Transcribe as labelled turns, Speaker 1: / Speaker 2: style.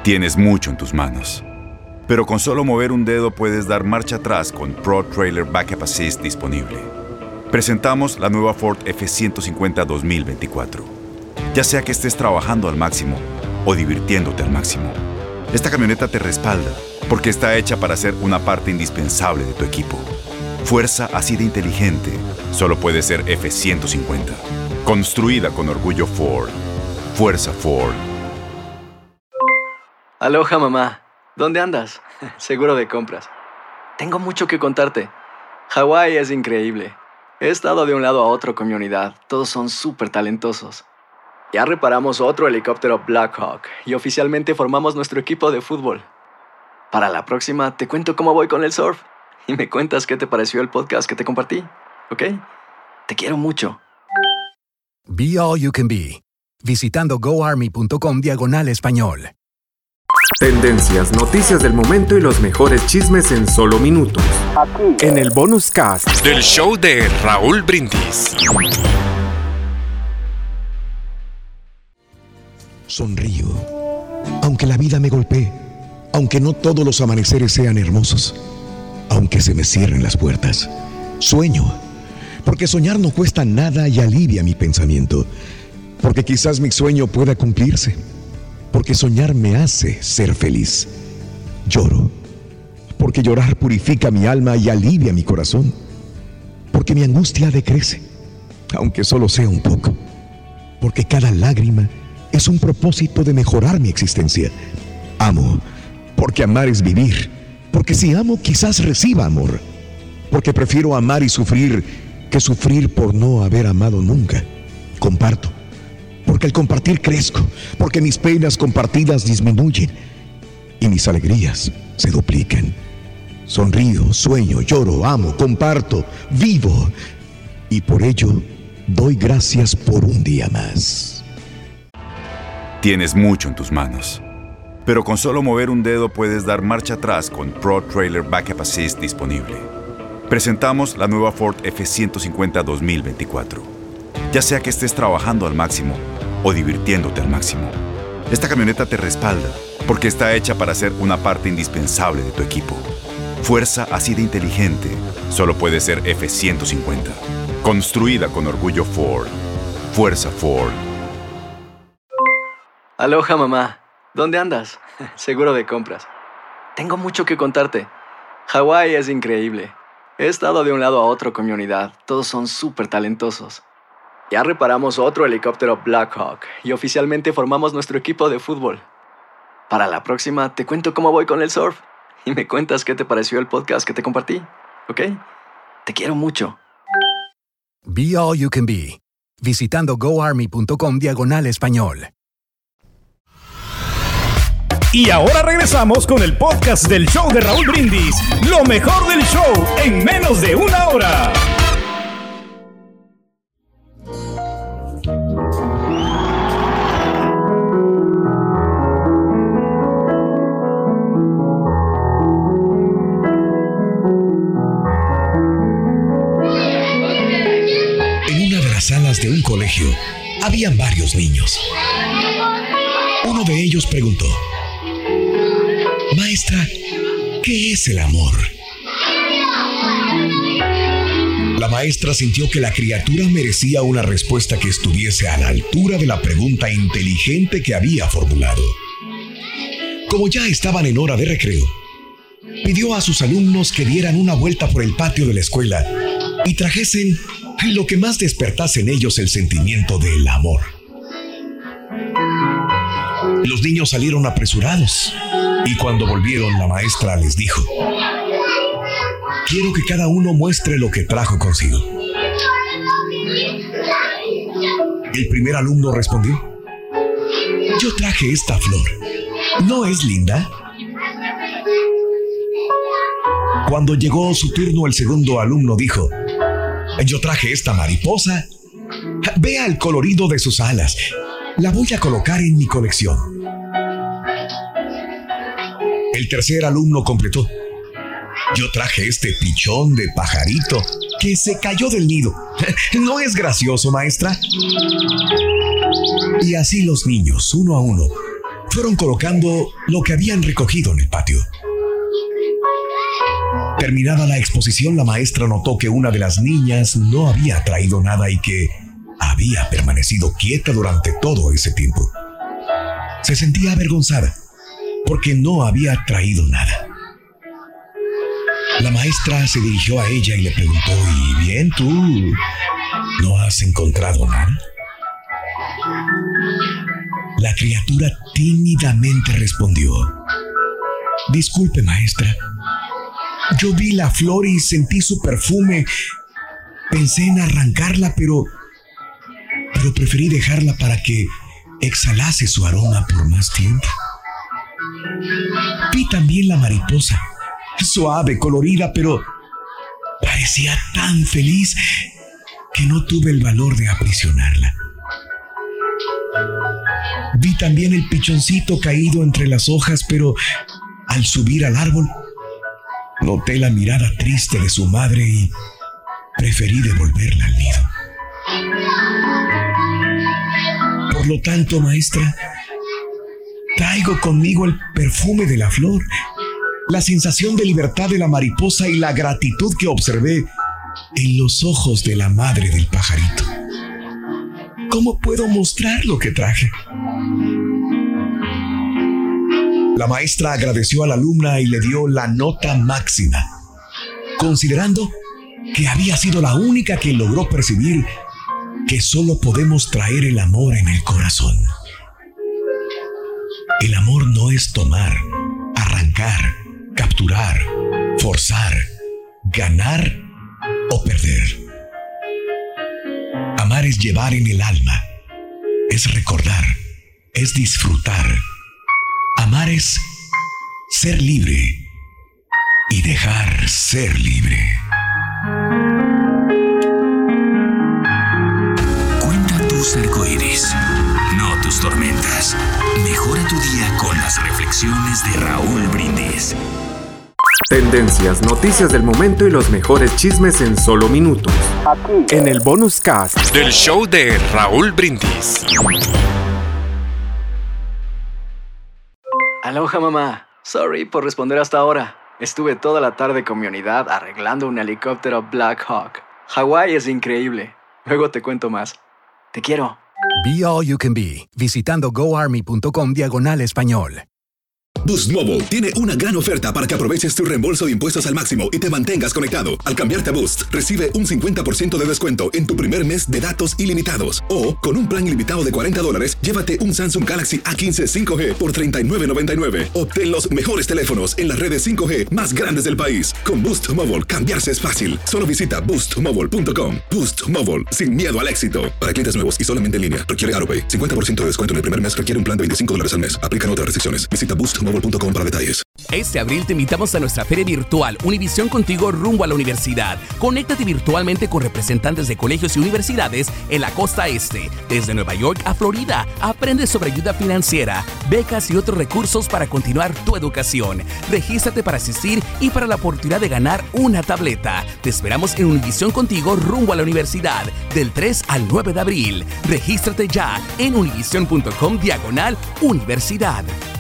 Speaker 1: Tienes mucho en tus manos, pero con solo mover un dedo puedes dar marcha atrás con Pro Trailer Backup Assist disponible. Presentamos la nueva Ford F-150 2024. Ya sea que estés trabajando al máximo o divirtiéndote al máximo, esta camioneta te respalda porque está hecha para ser una parte indispensable de tu equipo. Fuerza así de inteligente solo puede ser F-150. Construida con orgullo Ford. Fuerza Ford.
Speaker 2: Aloha, mamá. ¿Dónde andas? Seguro de compras. Tengo mucho que contarte. Hawái es increíble. He estado de un lado a otro con mi unidad. Todos son súper talentosos. Ya reparamos otro helicóptero Blackhawk y oficialmente formamos nuestro equipo de fútbol. Para la próxima te cuento cómo voy con el surf y me cuentas qué te pareció el podcast que te compartí, ¿ok? Te quiero mucho.
Speaker 3: Be All You Can Be. Visitando goarmy.com/español.
Speaker 4: Tendencias, noticias del momento y los mejores chismes en solo minutos. Aquí, en el bonus cast
Speaker 5: del show de Raúl Brindis.
Speaker 6: Sonrío, aunque la vida me golpee, aunque no todos los amaneceres sean hermosos, aunque se me cierren las puertas. Sueño, porque soñar no cuesta nada y alivia mi pensamiento, porque quizás mi sueño pueda cumplirse, porque soñar me hace ser feliz. Lloro, porque llorar purifica mi alma y alivia mi corazón, porque mi angustia decrece, aunque solo sea un poco, porque cada lágrima es un propósito de mejorar mi existencia. Amo, porque amar es vivir, porque si amo quizás reciba amor, porque prefiero amar y sufrir que sufrir por no haber amado nunca. Comparto, porque al compartir crezco, porque mis penas compartidas disminuyen y mis alegrías se duplican. Sonrío, sueño, lloro, amo, comparto, vivo, y por ello doy gracias por un día más.
Speaker 1: Tienes mucho en tus manos, pero con solo mover un dedo puedes dar marcha atrás con Pro Trailer Backup Assist disponible. Presentamos la nueva Ford F-150 2024. Ya sea que estés trabajando al máximo o divirtiéndote al máximo, esta camioneta te respalda porque está hecha para ser una parte indispensable de tu equipo. Fuerza así de inteligente solo puede ser F-150. Construida con orgullo Ford. Fuerza Ford.
Speaker 2: Aloha, mamá. ¿Dónde andas? Seguro de compras. Tengo mucho que contarte. Hawái es increíble. He estado de un lado a otro con mi unidad. Todos son súper talentosos. Ya reparamos otro helicóptero Blackhawk y oficialmente formamos nuestro equipo de fútbol. Para la próxima te cuento cómo voy con el surf y me cuentas qué te pareció el podcast que te compartí, ¿ok? Te quiero mucho.
Speaker 3: Be All You Can Be. Visitando goarmy.com/español.
Speaker 7: Y ahora regresamos con el podcast del show de Raúl Brindis. Lo mejor del show en menos de una hora.
Speaker 6: Salas de un colegio, habían varios niños. Uno de ellos preguntó: Maestra, ¿qué es el amor? La maestra sintió que la criatura merecía una respuesta que estuviese a la altura de la pregunta inteligente que había formulado. Como ya estaban en hora de recreo, pidió a sus alumnos que dieran una vuelta por el patio de la escuela y trajesen lo que más despertase en ellos el sentimiento del amor. Los niños salieron apresurados y cuando volvieron la maestra les dijo: quiero que cada uno muestre lo que trajo consigo. El primer alumno respondió: yo traje esta flor. ¿No es linda? Cuando llegó su turno, el segundo alumno dijo: yo traje esta mariposa. Vea el colorido de sus alas. La voy a colocar en mi colección. El tercer alumno completó: yo traje este pichón de pajarito que se cayó del nido. ¿No es gracioso, maestra? Y así los niños, uno a uno, fueron colocando lo que habían recogido en el patio. Terminada la exposición, la maestra notó que una de las niñas no había traído nada y que había permanecido quieta durante todo ese tiempo. Se sentía avergonzada porque no había traído nada. La maestra se dirigió a ella y le preguntó: ¿y bien, tú no has encontrado nada? La criatura tímidamente respondió: disculpe, maestra. Yo vi la flor y sentí su perfume. Pensé en arrancarla, pero preferí dejarla para que exhalase su aroma por más tiempo. Vi también la mariposa, suave, colorida, pero parecía tan feliz que no tuve el valor de aprisionarla. Vi también el pichoncito caído entre las hojas, pero al subir al árbol noté la mirada triste de su madre y preferí devolverla al nido. Por lo tanto, maestra, traigo conmigo el perfume de la flor, la sensación de libertad de la mariposa y la gratitud que observé en los ojos de la madre del pajarito. ¿Cómo puedo mostrar lo que traje? La maestra agradeció a la alumna y le dio la nota máxima, considerando que había sido la única que logró percibir que solo podemos traer el amor en el corazón. El amor no es tomar, arrancar, capturar, forzar, ganar o perder. Amar es llevar en el alma, es recordar, es disfrutar. Amar es ser libre y dejar ser libre.
Speaker 8: Cuenta tus arcoíris, no tus tormentas. Mejora tu día con las reflexiones de Raúl Brindis.
Speaker 4: Tendencias, noticias del momento y los mejores chismes en solo minutos. Aquí, en el Bonus Cast
Speaker 5: del show de Raúl Brindis.
Speaker 2: Aloha, mamá. Sorry por responder hasta ahora. Estuve toda la tarde con mi unidad arreglando un helicóptero Black Hawk. Hawái es increíble. Luego te cuento más. Te quiero.
Speaker 3: Be All You Can Be, visitando goarmy.com/español.
Speaker 9: Boost Mobile tiene una gran oferta para que aproveches tu reembolso de impuestos al máximo y te mantengas conectado. Al cambiarte a Boost, recibe un 50% de descuento en tu primer mes de datos ilimitados. O, con un plan ilimitado de $40, llévate un Samsung Galaxy A15 5G por $39.99. Obtén los mejores teléfonos en las redes 5G más grandes del país. Con Boost Mobile, cambiarse es fácil. Solo visita boostmobile.com. Boost Mobile, sin miedo al éxito. Para clientes nuevos y solamente en línea, requiere AutoPay. 50% de descuento en el primer mes requiere un plan de $25 al mes. Aplican otras restricciones. Visita boostmobile.com para detalles.
Speaker 10: Este abril te invitamos a nuestra feria virtual Univisión Contigo rumbo a la universidad. Conéctate virtualmente con representantes de colegios y universidades en la costa este. Desde Nueva York a Florida, aprende sobre ayuda financiera, becas y otros recursos para continuar tu educación. Regístrate para asistir y para la oportunidad de ganar una tableta. Te esperamos en Univisión Contigo rumbo a la universidad del 3 al 9 de abril. Regístrate ya en univision.com/universidad.